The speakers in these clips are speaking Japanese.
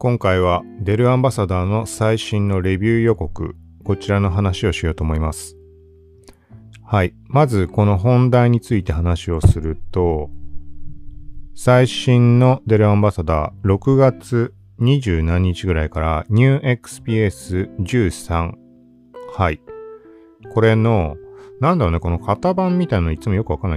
今回はデルアンバサダーの最新のレビュー予告、こちらの話をしようと思います。はい。まずこの本題について話をすると、最新のデルアンバサダー6月20何日ぐらいからニュー XPS13。はい。これの、なんだろうね、この型番みたいなのいつもよくわかんない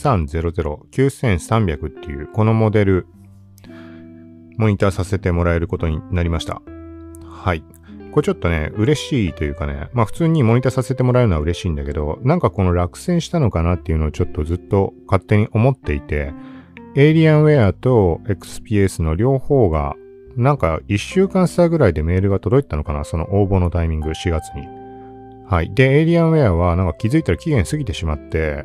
9300、9300っていうこのモデル、モニターさせてもらえることになりました。はい。これちょっとね、嬉しいというかね、まあ普通にモニターさせてもらえるのは嬉しいんだけど、なんかこの落選したのかなっていうのをちょっとずっと勝手に思っていて、エイリアンウェアと XPS の両方が、なんか1週間差ぐらいでメールが届いたのかな、その応募のタイミング、4月に。はい。で、エイリアンウェアはなんか気づいたら期限過ぎてしまって、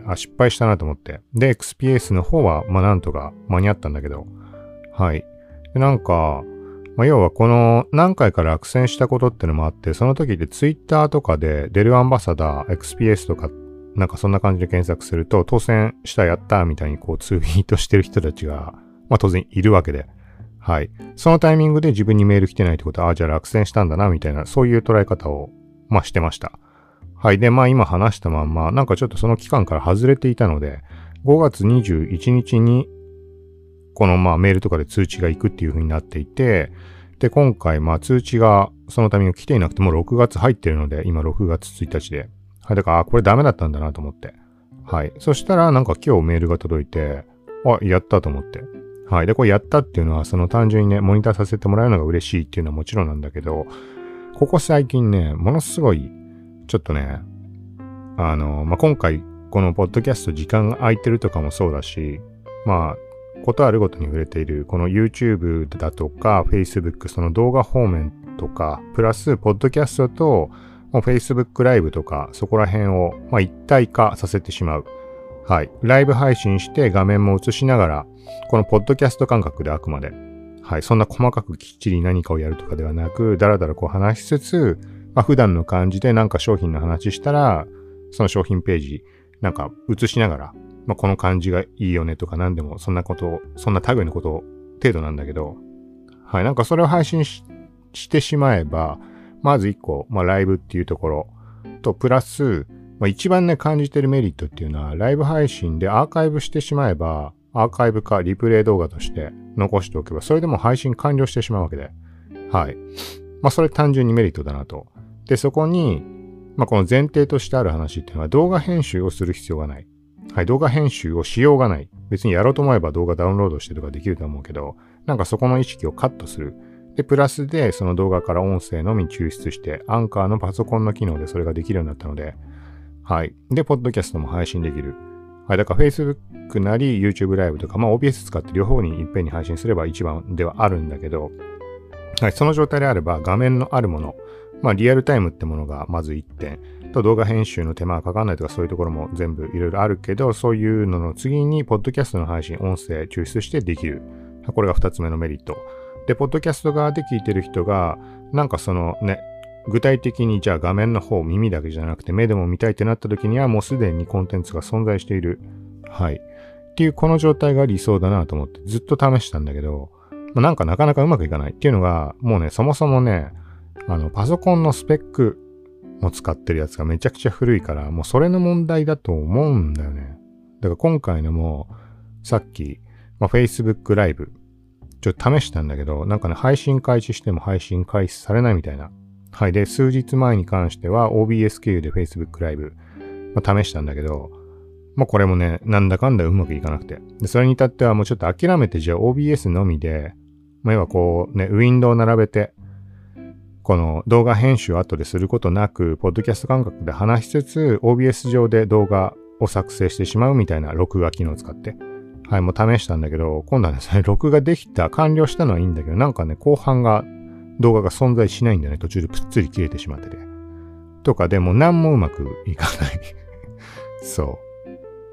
失敗したなと思って。で、XPS の方は、なんとか間に合ったんだけど、はい。でなんか、要はこの何回か落選したことってのもあって、その時でツイッターとかでデルアンバサダー、XPS とか、なんかそんな感じで検索すると、当選したやったみたいにこうツイートしてる人たちが、当然いるわけで。はい。そのタイミングで自分にメール来てないってことは、じゃあ落選したんだな、みたいな、そういう捉え方を、してました。はい。で、今話したまんま、なんかちょっとその期間から外れていたので、5月21日に、このメールとかで通知が行くっていう風になっていて、で、今回通知がそのタイミング来ていなくても6月入ってるので、今6月1日で。はい、だから、これダメだったんだなと思って。はい。そしたらなんか今日メールが届いて、やったと思って。はい。で、これやったっていうのは、その単純にね、モニターさせてもらうのが嬉しいっていうのはもちろんなんだけど、ここ最近ね、ものすごい、ちょっとね、今回、このポッドキャスト時間が空いてるとかもそうだし、ことあるごとに触れている、この YouTube だとか Facebook、その動画方面とか、プラス、ポッドキャストと、Facebook ライブとか、そこら辺を、一体化させてしまう。はい。ライブ配信して画面も映しながら、このポッドキャスト感覚であくまで。はい。そんな細かくきっちり何かをやるとかではなく、だらだら話しつつ、普段の感じでなんか商品の話したら、その商品ページ、なんか映しながら、この感じがいいよねとか何でもそんな類のこと程度なんだけど、はい、なんかそれを配信してしまえば、まず一個、ライブっていうところと、プラス、一番ね、感じてるメリットっていうのは、ライブ配信でアーカイブしてしまえば、アーカイブかリプレイ動画として残しておけば、それでも配信完了してしまうわけで、はい。それ単純にメリットだなと。で、そこに、この前提としてある話っていうのは、動画編集をする必要がない。はい、動画編集をしようがない。別にやろうと思えば動画ダウンロードしてとかできると思うけど、なんかそこの意識をカットする。で、プラスでその動画から音声のみ抽出して、アンカーのパソコンの機能でそれができるようになったので、はい。で、ポッドキャストも配信できる。はい、だから Facebook なり YouTube ライブとか、OBS 使って両方にいっぺんに配信すれば一番ではあるんだけど、はい、その状態であれば画面のあるもの、リアルタイムってものがまず1点。と動画編集の手間がかかんないとかそういうところも全部いろいろあるけど、そういうのの次にポッドキャストの配信、音声抽出してできる。これが2つ目のメリット。で、ポッドキャスト側で聞いてる人が、なんかそのね、具体的にじゃあ画面の方、耳だけじゃなくて目でも見たいってなった時にはもうすでにコンテンツが存在している。はい。っていうこの状態が理想だなと思ってずっと試したんだけど、なんかなかなかうまくいかないっていうのが、もうね、そもそもね、パソコンのスペック、も使ってるやつがめちゃくちゃ古いから、もうそれの問題だと思うんだよね。だから今回のも、さっき、Facebook ライブ、ちょっと試したんだけど、なんかね、配信開始しても配信開始されないみたいな。はい。で、数日前に関しては OBS 経由で Facebook ライブ、試したんだけど、これもね、なんだかんだうまくいかなくて。で、それに至ってはもうちょっと諦めて、じゃあ OBS のみで、要はこうね、ウィンドウを並べて、この動画編集を後ですることなく、ポッドキャスト感覚で話しつつ、OBS 上で動画を作成してしまうみたいな録画機能を使って。はい、もう試したんだけど、今度はですね、録画できた、完了したのはいいんだけど、なんかね、後半が、動画が存在しないんだよね。途中でぷっつり切れてしまってて。とかでも何もうまくいかない。そう。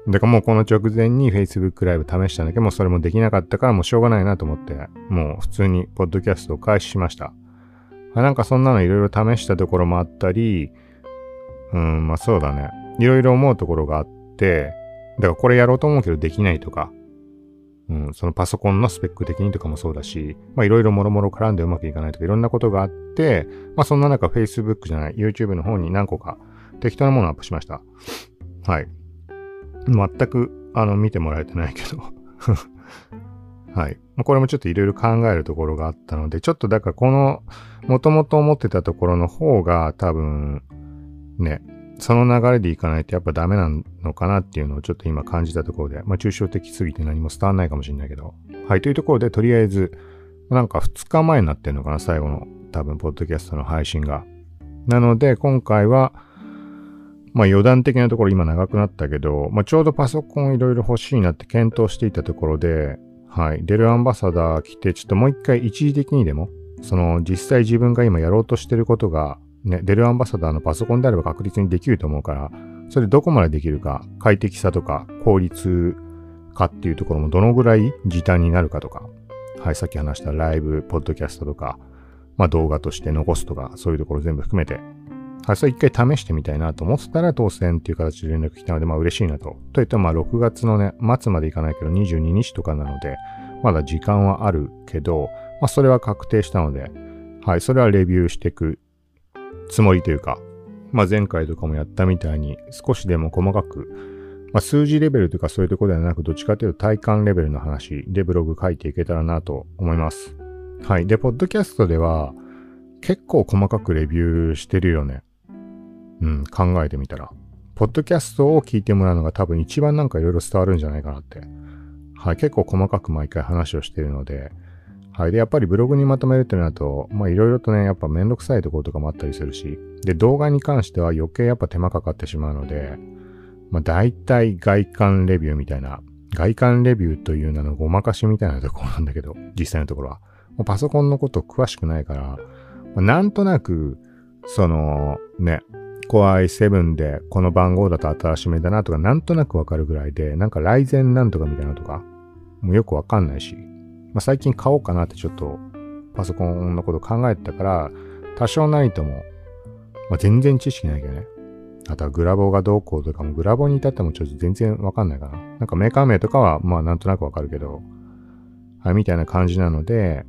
だからもうこの直前に Facebook ライブ試したんだけど、もうそれもできなかったからもうしょうがないなと思って、もう普通にポッドキャストを開始しました。なんかそんなのいろいろ試したところもあったり、そうだね。いろいろ思うところがあって、だからこれやろうと思うけどできないとか、 そのパソコンのスペック的にとかもそうだし、いろいろもろもろ絡んでうまくいかないとかいろんなことがあって、そんな中 Facebook じゃない YouTube の方に何個か適当なものをアップしました。はい。全く見てもらえてないけど。はい。これもちょっといろいろ考えるところがあったので、ちょっとだからこの元々思ってたところの方が多分ね、その流れでいかないとやっぱダメなのかなっていうのをちょっと今感じたところで、抽象的すぎて何も伝わんないかもしれないけど。はい。というところで、とりあえず、なんか2日前になってんのかな、最後の多分、ポッドキャストの配信が。なので、今回は、余談的なところ今長くなったけど、ちょうどパソコンいろいろ欲しいなって検討していたところで、はい。デルアンバサダー来て、ちょっともう一回一時的にでも、実際自分が今やろうとしてることが、ね、デルアンバサダーのパソコンであれば確実にできると思うから、それどこまでできるか、快適さとか、効率かっていうところもどのぐらい時短になるかとか、はい、さっき話したライブ、ポッドキャストとか、動画として残すとか、そういうところ全部含めて、はい、それ一回試してみたいなと思ってたら当選っていう形で連絡来たので、嬉しいなと。と言っても6月のね、末までいかないけど22日とかなので、まだ時間はあるけど、それは確定したので、はい、それはレビューしていくつもりというか、前回とかもやったみたいに少しでも細かく、数字レベルとかそういうところではなく、どっちかというと体感レベルの話でブログ書いていけたらなと思います。はい。で、ポッドキャストでは結構細かくレビューしてるよね。考えてみたら。ポッドキャストを聞いてもらうのが多分一番なんかいろいろ伝わるんじゃないかなって。はい。結構細かく毎回話をしているので、はい。で、やっぱりブログにまとめるってなると、いろいろとね、やっぱめんどくさいところとかもあったりするし、で、動画に関しては余計やっぱ手間かかってしまうので、大体外観レビューみたいな、外観レビューという名のごまかしみたいなところなんだけど、実際のところは。パソコンのこと詳しくないから、なんとなく、Core i7 でこの番号だと新しめだなとかなんとなくわかるぐらいで、なんかライゼンなんとかみたいなのとか、もうよくわかんないし、最近買おうかなってちょっとパソコンのこと考えてたから、多少なりとも、全然知識ないけどね。あとはグラボがどうこうとかも、グラボに至ってもちょっと全然わかんないかな。なんかメーカー名とかはなんとなくわかるけど、はい、みたいな感じなので、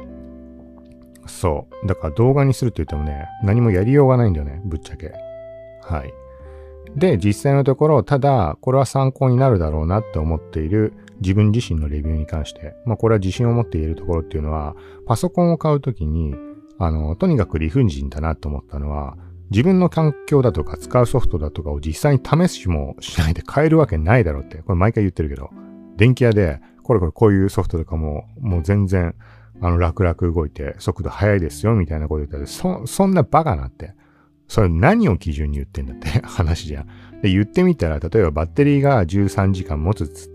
そう。だから動画にすると言ってもね、何もやりようがないんだよね、ぶっちゃけ。はい。で、実際のところ、ただ、これは参考になるだろうなって思っている自分自身のレビューに関して、これは自信を持って言えるところっていうのは、パソコンを買うときに、とにかく理不尽だなと思ったのは、自分の環境だとか使うソフトだとかを実際に試しもしないで買えるわけないだろうって、これ毎回言ってるけど、電気屋で、こういうソフトとかもう全然、楽々動いて速度速いですよみたいなこと言ったら、そんなバカなって。それ何を基準に言ってんだって話じゃん。で、言ってみたら、例えばバッテリーが13時間持つっつって、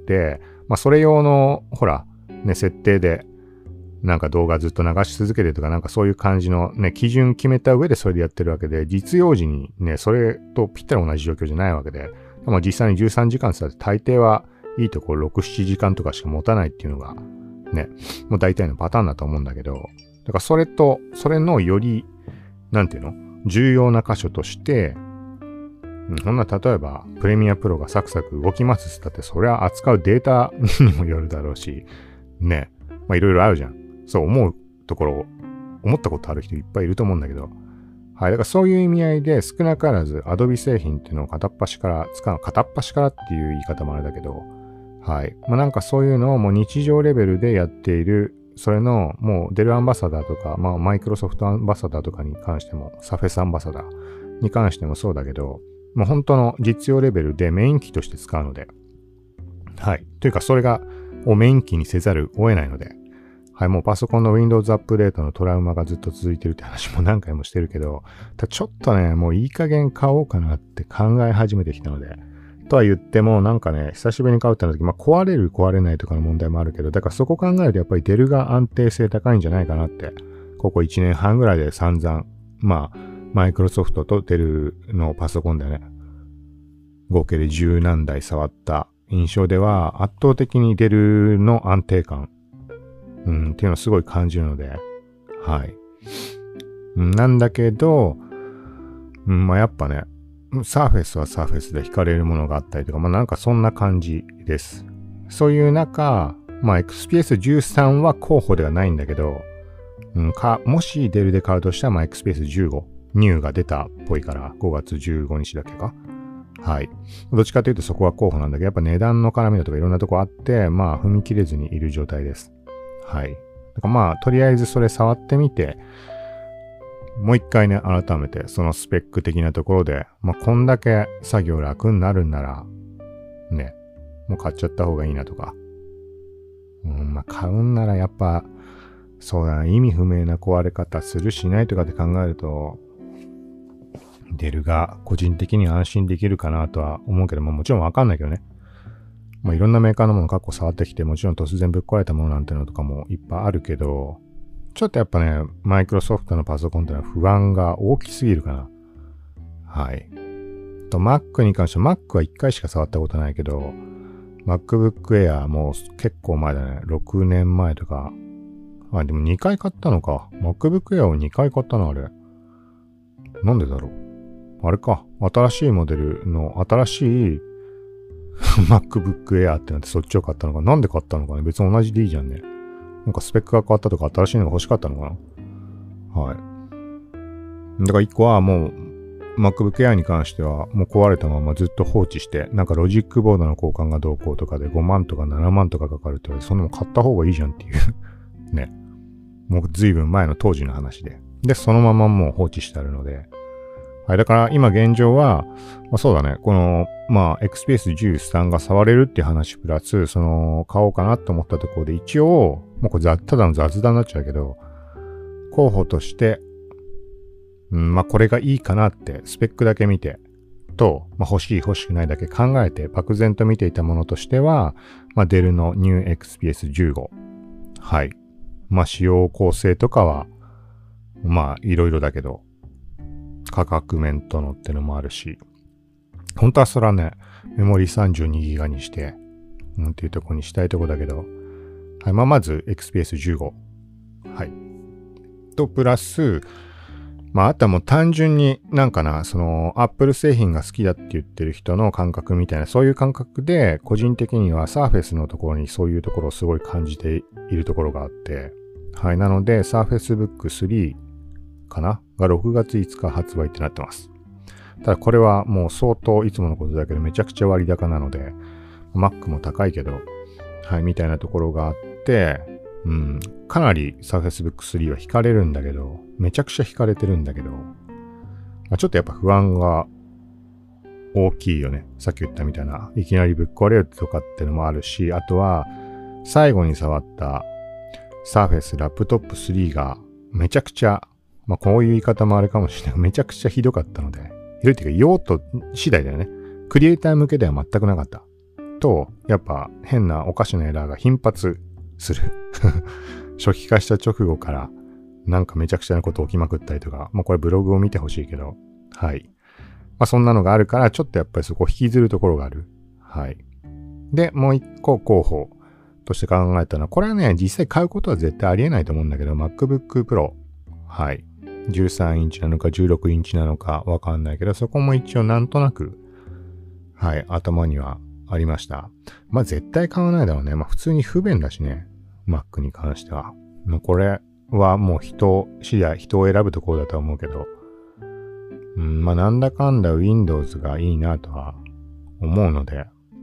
それ用の、ほら、ね、設定で、なんか動画ずっと流し続けてとか、なんかそういう感じのね、基準決めた上でそれでやってるわけで、実用時にね、それとぴったり同じ状況じゃないわけで、実際に13時間って言ったら大抵はいいところ6、7時間とかしか持たないっていうのが、ね、もう大体のパターンだと思うんだけど、だからそれのより、なんていうの？重要な箇所として、そんな例えば、プレミアプロがサクサク動きますって言ったって、それは扱うデータにもよるだろうし、ね、いろいろあるじゃん。そう思うところ、思ったことある人いっぱいいると思うんだけど、はい、だからそういう意味合いで少なからず Adobe 製品っていうのを片っ端から使う、片っ端からっていう言い方もあれだけど、はい。なんかそういうのをもう日常レベルでやっている、それのもうデルアンバサダーとか、マイクロソフトアンバサダーとかに関しても、サフェスアンバサダーに関してもそうだけど、もう本当の実用レベルでメイン機として使うので、はい。というかそれをメイン機にせざるを得ないので、はい、もうパソコンの Windows アップデートのトラウマがずっと続いてるって話も何回もしてるけど、ちょっとね、もういい加減買おうかなって考え始めてきたので、とは言ってもなんかね、久しぶりに買うってなった時、壊れる壊れないとかの問題もあるけど、だからそこ考えるとやっぱりデルが安定性高いんじゃないかなって、ここ1年半ぐらいで散々、マイクロソフトとデルのパソコンでね、合計で10何台触った印象では、圧倒的にデルの安定感、っていうのをすごい感じるので、はい。なんだけど、やっぱね、サーフェスはサーフェスで惹かれるものがあったりとか、なんかそんな感じです。そういう中、 まあ XPS13 は候補ではないんだけど、もしデルで買うとしたら、まあ XPS15 ニューが出たっぽいから5月15日だっけか。はい。どっちかというとそこは候補なんだけど、やっぱ値段の絡みだとかいろんなとこあって、まあ踏み切れずにいる状態です。はい。だからまあとりあえずそれ触ってみて、もう一回ね、改めてそのスペック的なところで、まあこんだけ作業楽になるんなら、ね、もう買っちゃった方がいいなとか。まあ買うんならやっぱ、そうだな、意味不明な壊れ方するしないとかって考えると、デルが個人的に安心できるかなとは思うけど、まあもちろんわかんないけどね。まあいろんなメーカーのもの過去触ってきて、もちろん突然ぶっ壊れたものなんてのとかもいっぱいあるけど、ちょっとやっぱね、マイクロソフトのパソコンってのは不安が大きすぎるかな。はい。Mac に関しては Mac は1回しか触ったことないけど、MacBook Air もう結構前だね。6年前とか。あ、でも2回買ったのか。MacBook Air を2回買ったのあれ。なんでだろう。あれか。新しいモデルの新しいMacBook Air ってなってそっちを買ったのか。なんで買ったのかね。別に同じでいいじゃんね。なんかスペックが変わったとか新しいのが欲しかったのかな。はい。だから1個はもう MacBook Air に関してはもう壊れたままずっと放置して、なんかロジックボードの交換がどうこうとかで5万とか7万とかかかるって言われて、そんなの買った方がいいじゃんっていうね。もう随分前の当時の話で。で、そのままもう放置してあるので。はい。だから今現状は、まあそうだね。この、まあ XPS13 が触れるっていう話プラス、その、買おうかなと思ったところで一応、もうこれただの雑談になっちゃうけど、候補として、まあこれがいいかなってスペックだけ見て、と、まあ欲しい欲しくないだけ考えて漠然と見ていたものとしては、まあデルの New XPS15。はい。まあ使用構成とかは、まあいろいろだけど、価格面とのってのもあるし、本当はそれはね、メモリ 32GB にして、っていうとこにしたいとこだけど、はい。まあまず XPS15。はい。と、プラス、まあ、あとはもう単純になんかな、その、Apple 製品が好きだって言ってる人の感覚みたいな、そういう感覚で、個人的には Surface のところにそういうところをすごい感じているところがあって、はい。なので、Surface Book 3かなが6月5日発売ってなってます。ただこれはもう相当いつものことだけど、めちゃくちゃ割高なので、Mac も高いけど、はい、みたいなところがあって、かなり Surface Book 3は惹かれるんだけど、めちゃくちゃ惹かれてるんだけど、ちょっとやっぱ不安が大きいよね。さっき言ったみたいな、いきなりぶっ壊れるとかってのもあるし、あとは、最後に触った Surface Laptop 3がめちゃくちゃ、まあこういう言い方もあれかもしれない。めちゃくちゃひどかったので、ひどいっていうか用途次第だよね。クリエイター向けでは全くなかった。と、やっぱ変なおかしなエラーが頻発する。初期化した直後からなんかめちゃくちゃなこと起きまくったりとか、まあこれブログを見てほしいけど、はい。まあそんなのがあるから、ちょっとやっぱりそこ引きずるところがある。はい。で、もう一個候補として考えたのは、これはね、実際買うことは絶対ありえないと思うんだけど、MacBook Pro。はい。13インチなのか16インチなのかわかんないけど、そこも一応なんとなく、はい、頭にはありました。まあ絶対買わないだろうね。まあ普通に不便だしね。Mac に関しては。もうこれはもう人次第、人を選ぶところだとは思うけど、まあなんだかんだ Windows がいいなとは思うので、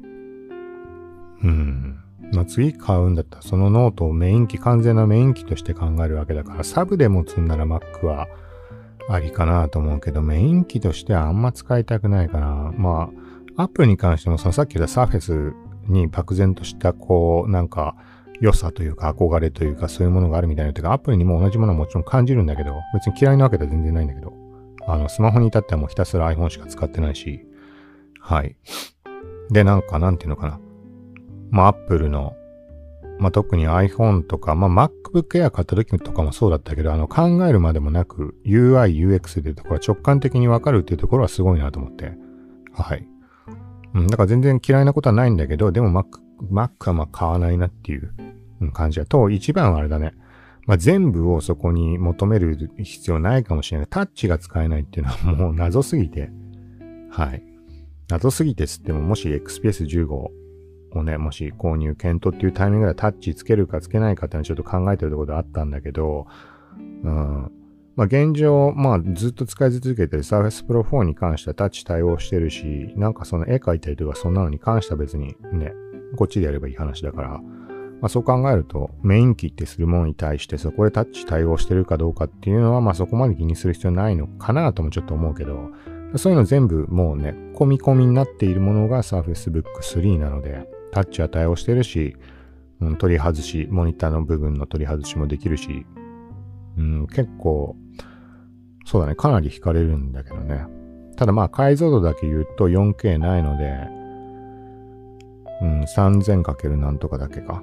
まあ次買うんだったらそのノートを完全なメイン機として考えるわけだから、サブで持つんなら Mac はありかなと思うけど、メイン機としてはあんま使いたくないかな。まあ、Apple に関してもそのさっき言った Surface に漠然としたこう、なんか良さというか憧れというかそういうものがあるみたいなというか、Apple にも同じものはもちろん感じるんだけど、別に嫌いなわけでは全然ないんだけど、スマホに至ってはもうひたすら iPhone しか使ってないし、はい。で、なんていうのかな。まあ、Apple の、まあ、特に iPhone とか、まあ、MacBook Air 買った時とかもそうだったけど、考えるまでもなく UI、UX でいうところは直感的にわかるっていうところはすごいなと思って。はい。だから全然嫌いなことはないんだけど、でも Mac はまあ買わないなっていう感じだと、一番はあれだね。まあ、全部をそこに求める必要ないかもしれない。タッチが使えないっていうのはもう謎すぎて。はい。謎すぎてつっても、もし XPS15 をね、もし購入検討っていうタイミングでタッチつけるかつけないかっていうのはちょっと考えてるところであったんだけど、まあ現状、まあずっと使い続けてる Surface Pro 4に関してはタッチ対応してるし、なんかその絵描いたりとかそんなのに関しては別にね、こっちでやればいい話だから、まあそう考えるとメイン機ってするものに対してそこでタッチ対応してるかどうかっていうのはまあそこまで気にする必要ないのかなともちょっと思うけど、そういうの全部もうね、込み込みになっているものが Surface Book 3なので、タッチは対応してるし、取り外し、モニターの部分の取り外しもできるし、結構、そうだね、かなり惹かれるんだけどね。ただまあ解像度だけ言うと 4K ないので、3000× なんとかだけか。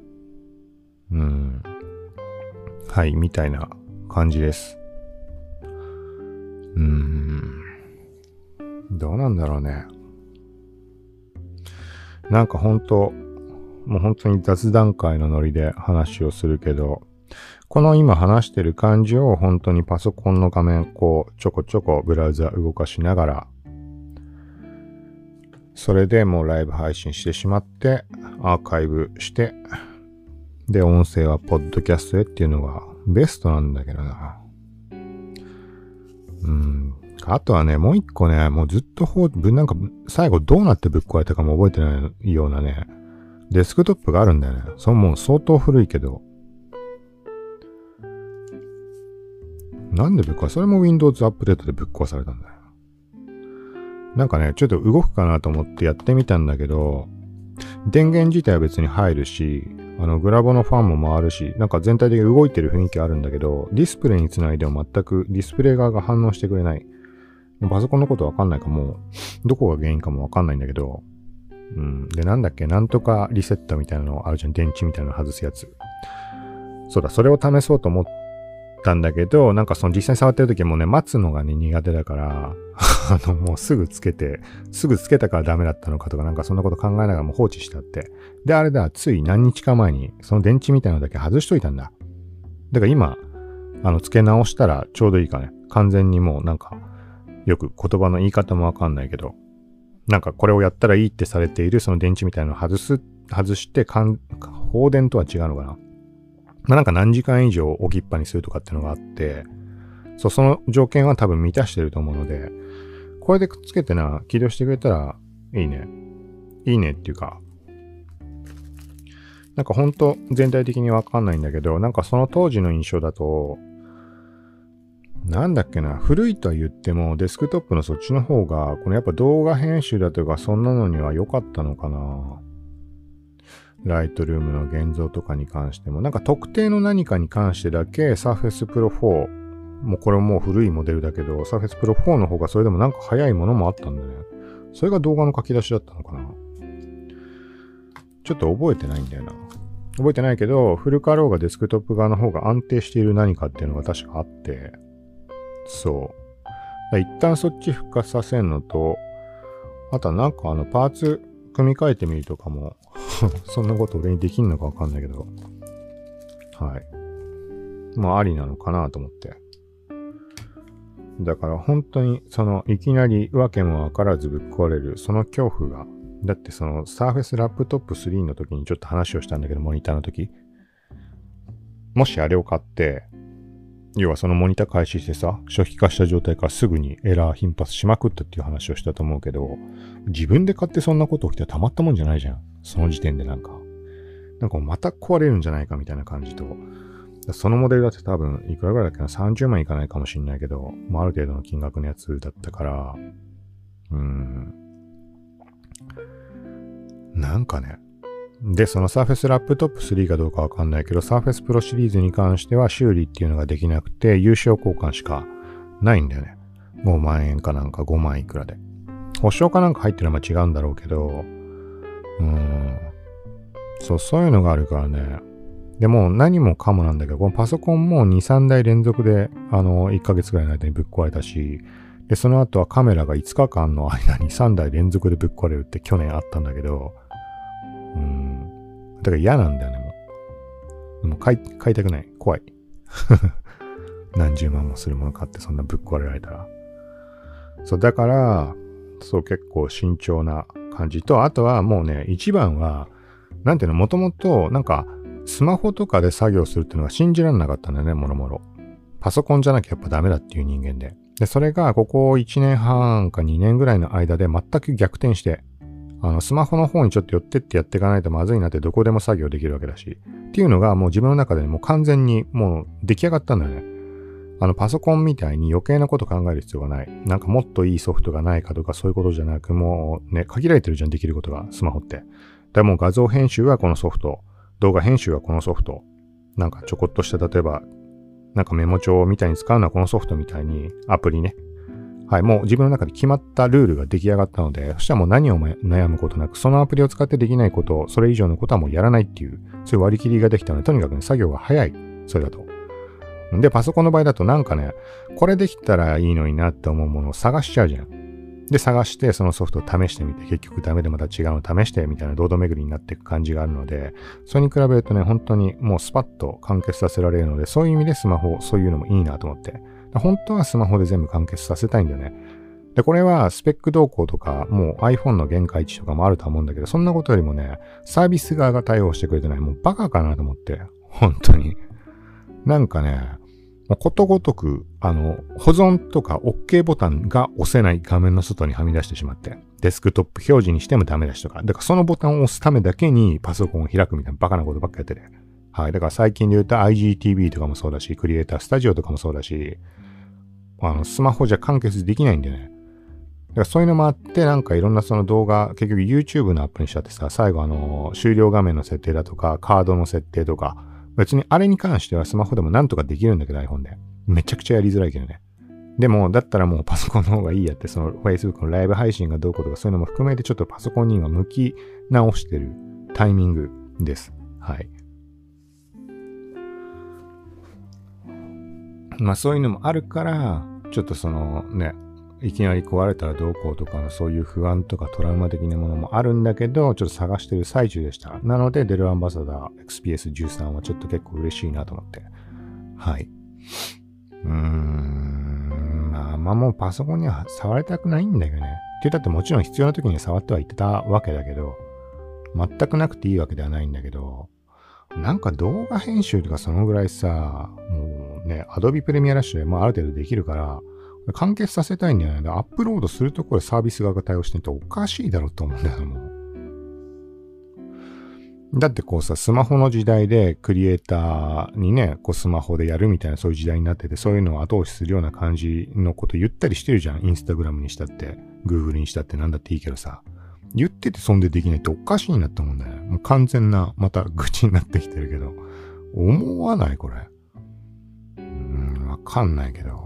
はい、みたいな感じです。どうなんだろうね。なんかもう本当に雑談会のノリで話をするけど、この今話してる感じを本当にパソコンの画面こうちょこちょこブラウザ動かしながら、それでもうライブ配信してしまってアーカイブして、で音声はポッドキャストへっていうのがベストなんだけどな。あとはね、もう一個ね、もうずっとなんか最後どうなってぶっ壊れたかも覚えてないようなね、デスクトップがあるんだよね。もう相当古いけど。なんでぶっ壊れ、それも Windows アップデートでぶっ壊されたんだよ。なんかね、ちょっと動くかなと思ってやってみたんだけど、電源自体は別に入るし、グラボのファンも回るし、なんか全体的に動いてる雰囲気あるんだけど、ディスプレイにつないでも全くディスプレイ側が反応してくれない。パソコンのことわかんないかも、どこが原因かもわかんないんだけど、で、なんだっけ、なんとかリセットみたいなのあるじゃん、電池みたいなの外すやつ。そうだ、それを試そうと思ったんだけど、なんかその実際触ってる時もね、待つのがね、苦手だから、もうすぐつけたからダメだったのかとか、なんかそんなこと考えながらも放置してあって。で、あれだ、つい何日か前に、その電池みたいなのだけ外しといたんだ。だから今、付け直したらちょうどいいかね。完全にもうなんか、よく言葉の言い方もわかんないけど、なんかこれをやったらいいってされているその電池みたいなのを外して、放電とは違うのかな。なんか何時間以上置きっぱにするとかっていうのがあって、その条件は多分満たしてると思うので、これでくっつけて起動してくれたらいいね。いいねっていうか、なんかほんと全体的にわかんないんだけど、なんかその当時の印象だと、なんだっけな、古いとは言ってもデスクトップのそっちの方が、このやっぱ動画編集だとかそんなのには良かったのかな。ライトルームの現像とかに関しても、なんか特定の何かに関してだけ Surface Pro 4、もうこれもう古いモデルだけど、Surface Pro 4の方がそれでもなんか早いものもあったんだね。それが動画の書き出しだったのかな。ちょっと覚えてないんだよな。覚えてないけど、フルかろうがデスクトップ側の方が安定している何かっていうのが確かあって、そう。一旦そっち復活させるのと、あとはなんかパーツ組み替えてみるとかも、そんなこと俺にできんのかわかんないけど、はい。まあありなのかなと思って。だから本当にいきなりわけもわからずぶっ壊れる、その恐怖が、だってSurface Laptop 3の時にちょっと話をしたんだけど、モニターの時。もしあれを買って、要はそのモニター開始してさ、初期化した状態からすぐにエラー頻発しまくったっていう話をしたと思うけど、自分で買ってそんなこと起きたらたまったもんじゃないじゃん。その時点でなんかまた壊れるんじゃないかみたいな感じと、そのモデルだって多分いくらぐらいだっけな、30万いかないかもしんないけど、ある程度の金額のやつだったから、なんかね。で、その Surface Laptop 3かどうかわかんないけど、Surface Pro シリーズに関しては修理っていうのができなくて、有償交換しかないんだよね。5万円かなんか5万いくらで。保証かなんか入ってるのは違うんだろうけど、そういうのがあるからね。でも何もかもなんだけど、このパソコンも2、3台連続で、1ヶ月ぐらいの間にぶっ壊れたし、で、その後はカメラが5日間の間に3台連続でぶっ壊れるって去年あったんだけど、だから嫌なんだよね、もう。もう買いたくない。怖い。何十万もするもの買ってそんなぶっ壊れられたら。そう、だから、結構慎重な感じと、あとはもうね、一番は、なんていうの、もともと、なんか、スマホとかで作業するっていうのが信じられなかったんだよね、もろもろ。パソコンじゃなきゃやっぱダメだっていう人間で。で、それがここ1年半か2年ぐらいの間で全く逆転して、スマホの方にちょっと寄ってってやっていかないとまずいなってどこでも作業できるわけだし。っていうのがもう自分の中でもう完全にもう出来上がったんだよね。パソコンみたいに余計なこと考える必要がない。なんかもっといいソフトがないかとかそういうことじゃなく、もうね、限られてるじゃん、できることが、スマホって。でもう画像編集はこのソフト、動画編集はこのソフト、なんかちょこっとした例えば、なんかメモ帳みたいに使うのはこのソフトみたいにアプリね。はい、もう自分の中で決まったルールが出来上がったので、そしたらもう何を悩むことなく、そのアプリを使ってできないこと、それ以上のことはもうやらないっていう、そういう割り切りができたので、とにかくね、作業が早い。それだと。で、パソコンの場合だとなんかね、これできたらいいのになって思うものを探しちゃうじゃん。で、探して、そのソフトを試してみて、結局ダメでまた違うの試して、みたいな堂々巡りになっていく感じがあるので、それに比べるとね、本当にもうスパッと完結させられるので、そういう意味でスマホ、そういうのもいいなと思って。本当はスマホで全部完結させたいんだよね。で、これはスペック動向とか、もう iPhone の限界値とかもあると思うんだけど、そんなことよりもね、サービス側が対応してくれてない。もうバカかなと思って。本当に。なんかね、もうことごとく、保存とか OK ボタンが押せない画面の外にはみ出してしまって、デスクトップ表示にしてもダメだしとか、だからそのボタンを押すためだけにパソコンを開くみたいなバカなことばっかやってて。はい。だから最近で言うと IGTV とかもそうだし、クリエイタースタジオとかもそうだし、スマホじゃ完結できないんでね。だからそういうのもあって、なんかいろんなその動画、結局 YouTube のアップにしちゃってさ、最後終了画面の設定だとか、カードの設定とか、別にあれに関してはスマホでもなんとかできるんだけど iPhone で。めちゃくちゃやりづらいけどね。でも、だったらもうパソコンの方がいいやって、その Facebook のライブ配信がどうこうとかそういうのも含めてちょっとパソコンに今向き直してるタイミングです。はい。まあそういうのもあるから、ちょっとそのね、いきなり壊れたらどうこうとかのそういう不安とかトラウマ的なものもあるんだけど、ちょっと探してる最中でした。なので、デルアンバサダー XPS13 はちょっと結構嬉しいなと思って。はい。まあもうパソコンには触りたくないんだけどね。ってだってもちろん必要な時には触ってはいってたわけだけど、全くなくていいわけではないんだけど、なんか動画編集とかそのぐらいさ、もうね、Adobe Premiere Rush でもある程度できるから、完結させたいんだよね。アップロードするところサービス側が対応してるとおかしいだろうと思うんだよ、もう。だってこうさ、スマホの時代でクリエイターにね、こうスマホでやるみたいなそういう時代になってて、そういうのを後押しするような感じのこと言ったりしてるじゃん。インスタグラムにしたって、Google にしたってなんだっていいけどさ。言っててそんでできないっておかしいなって思うんだよね。もう完全な、また愚痴になってきてるけど。思わないこれ。わかんないけど。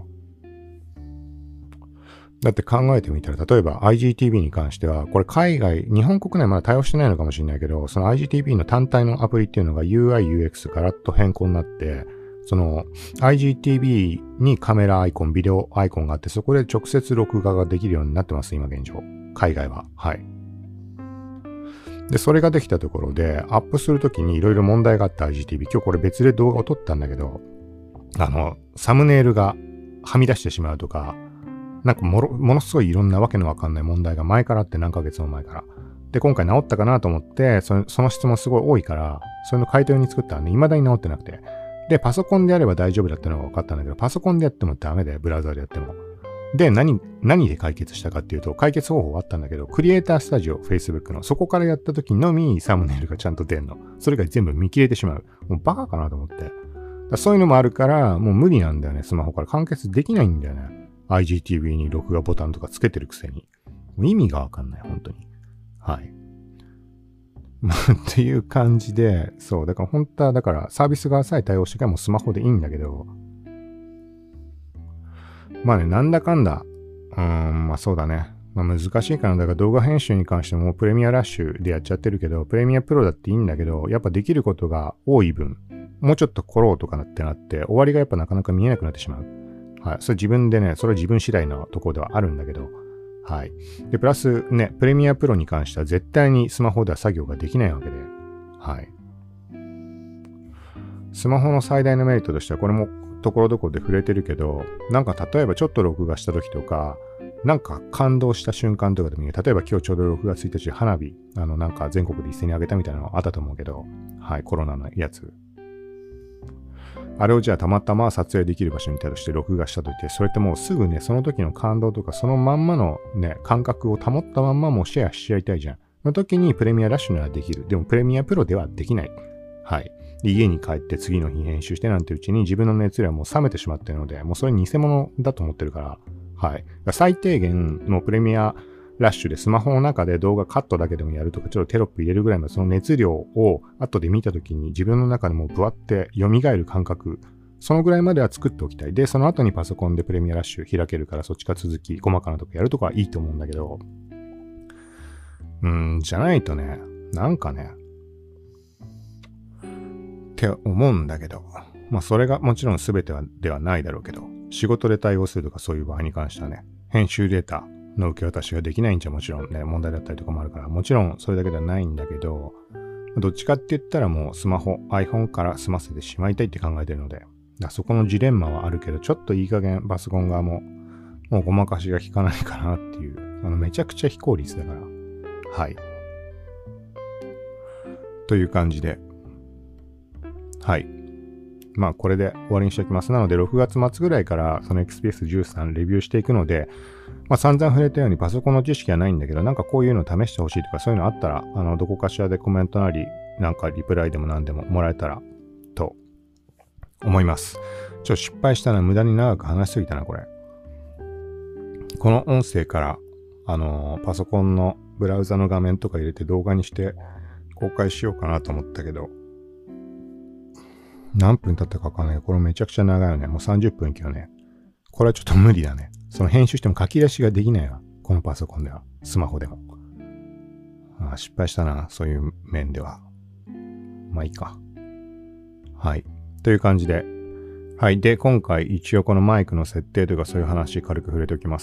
だって考えてみたら、例えば IGTV に関しては、これ海外、日本国内まだ対応してないのかもしれないけど、その IGTV の単体のアプリっていうのが UI、UX ガラッと変更になって、その IGTV にカメラアイコン、ビデオアイコンがあって、そこで直接録画ができるようになってます、今現状。海外は。はい。で、それができたところで、アップするときにいろいろ問題があった IGTV。今日これ別で動画を撮ったんだけど、サムネイルがはみ出してしまうとか、なんかものすごいいろんなわけのわかんない問題が前からあって何ヶ月も前から。で、今回治ったかなと思って、その質問すごい多いから、それの回答用に作ったらね、未だに治ってなくて。で、パソコンでやれば大丈夫だってのが分かったんだけど、パソコンでやってもダメだよ、ブラウザでやっても。で、何で解決したかっていうと、解決方法あったんだけど、クリエイタースタジオ、Facebook の、そこからやった時のみサムネイルがちゃんと出んの。それが全部見切れてしまう。もうバカかなと思って。そういうのもあるから、もう無理なんだよね、スマホから完結できないんだよね。IGTV に録画ボタンとかつけてるくせに。もう意味がわかんない、本当に。はい。っていう感じで、そう、だから本当は、だからサービス側さえ対応してからもうスマホでいいんだけど、まあね、なんだかんだ、まあそうだね。まあ難しいかな。だから動画編集に関してもプレミアラッシュでやっちゃってるけど、プレミアプロだっていいんだけど、やっぱできることが多い分、もうちょっと凝ろうとかなってなって、終わりがやっぱなかなか見えなくなってしまう。はい。それ自分でね、それは自分次第のところではあるんだけど、はい。で、プラスね、プレミアプロに関しては絶対にスマホでは作業ができないわけで、はい。スマホの最大のメリットとしては、これもところどころで触れてるけど、なんか例えばちょっと録画した時とか、 なんか感動した瞬間とかでもいいよ。例えば今日ちょうど6月1日花火、なんか全国で一斉に上げたみたいなのあったと思うけど、はい、コロナのやつ。あれをじゃあたまたま撮影できる場所にいたとして録画したといって、それってもうすぐね、その時の感動とかそのまんまのね、感覚を保ったまんまもうシェアしちゃいたいじゃん。の時にプレミアラッシュならできる。でもプレミアプロではできない。はい。で家に帰って次の日編集してなんてうちに自分の熱量はもう冷めてしまってるので、もうそれ偽物だと思ってるから、はい。最低限のプレミアラッシュでスマホの中で動画カットだけでもやるとか、ちょっとテロップ入れるぐらいのその熱量を後で見た時に自分の中でもうブワって蘇る感覚、そのぐらいまでは作っておきたい。で、その後にパソコンでプレミアラッシュ開けるからそっちから続き、細かなとこやるとかはいいと思うんだけど、じゃないとね、なんかね、って思うんだけど、まあそれがもちろん全てではないだろうけど、仕事で対応するとかそういう場合に関してはね、編集データの受け渡しができないんじゃもちろんね、問題だったりとかもあるから、もちろんそれだけではないんだけど、どっちかって言ったらもうスマホ、iPhone から済ませてしまいたいって考えてるので、そこのジレンマはあるけど、ちょっといい加減パソコン側もうごまかしが効かないかなっていう、めちゃくちゃ非効率だから、はい。という感じで、はい。まあこれで終わりにしておきます。なので6月末ぐらいからその XPS13 レビューしていくので、まあ散々触れたようにパソコンの知識はないんだけど、なんかこういうの試してほしいとかそういうのあったら、どこかしらでコメントなり、なんかリプライでも何でももらえたらと思います。失敗したら無駄に長く話しすぎたな、これ。この音声から、パソコンのブラウザの画面とか入れて動画にして公開しようかなと思ったけど、何分経ったかわかんないけど、これめちゃくちゃ長いよね。もう30分いくよね。これはちょっと無理だね。その編集しても書き出しができないわ。このパソコンでは。スマホでも。失敗したな。そういう面では。まあいいか。はい。という感じで。はい。で、今回一応このマイクの設定とかそういう話軽く触れておきます。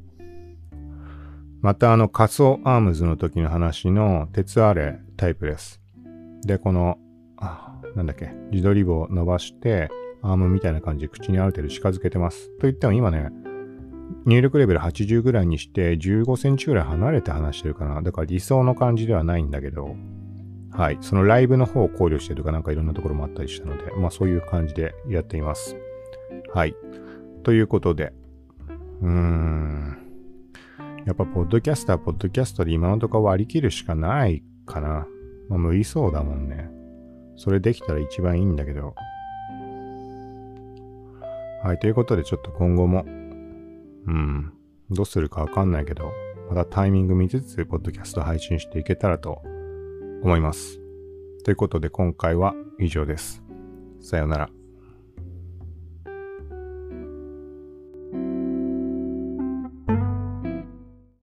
また仮想アームズの時の話の鉄アレタイプです。で、この、なんだっけ、自撮り棒を伸ばして、アームみたいな感じで口にある程度近づけてます。と言っても今ね、入力レベル80ぐらいにして15センチぐらい離れて話してるかな。だから理想の感じではないんだけど、はい。そのライブの方を考慮してるとかなんかいろんなところもあったりしたので、まあそういう感じでやっています。はい。ということで、やっぱポッドキャストで今のところ割り切るしかないかな。まあ無理そうだもんね。それできたら一番いいんだけど。はい、ということでちょっと今後も、どうするかわかんないけど、またタイミング見つつ、ポッドキャスト配信していけたらと思います。ということで今回は以上です。さようなら。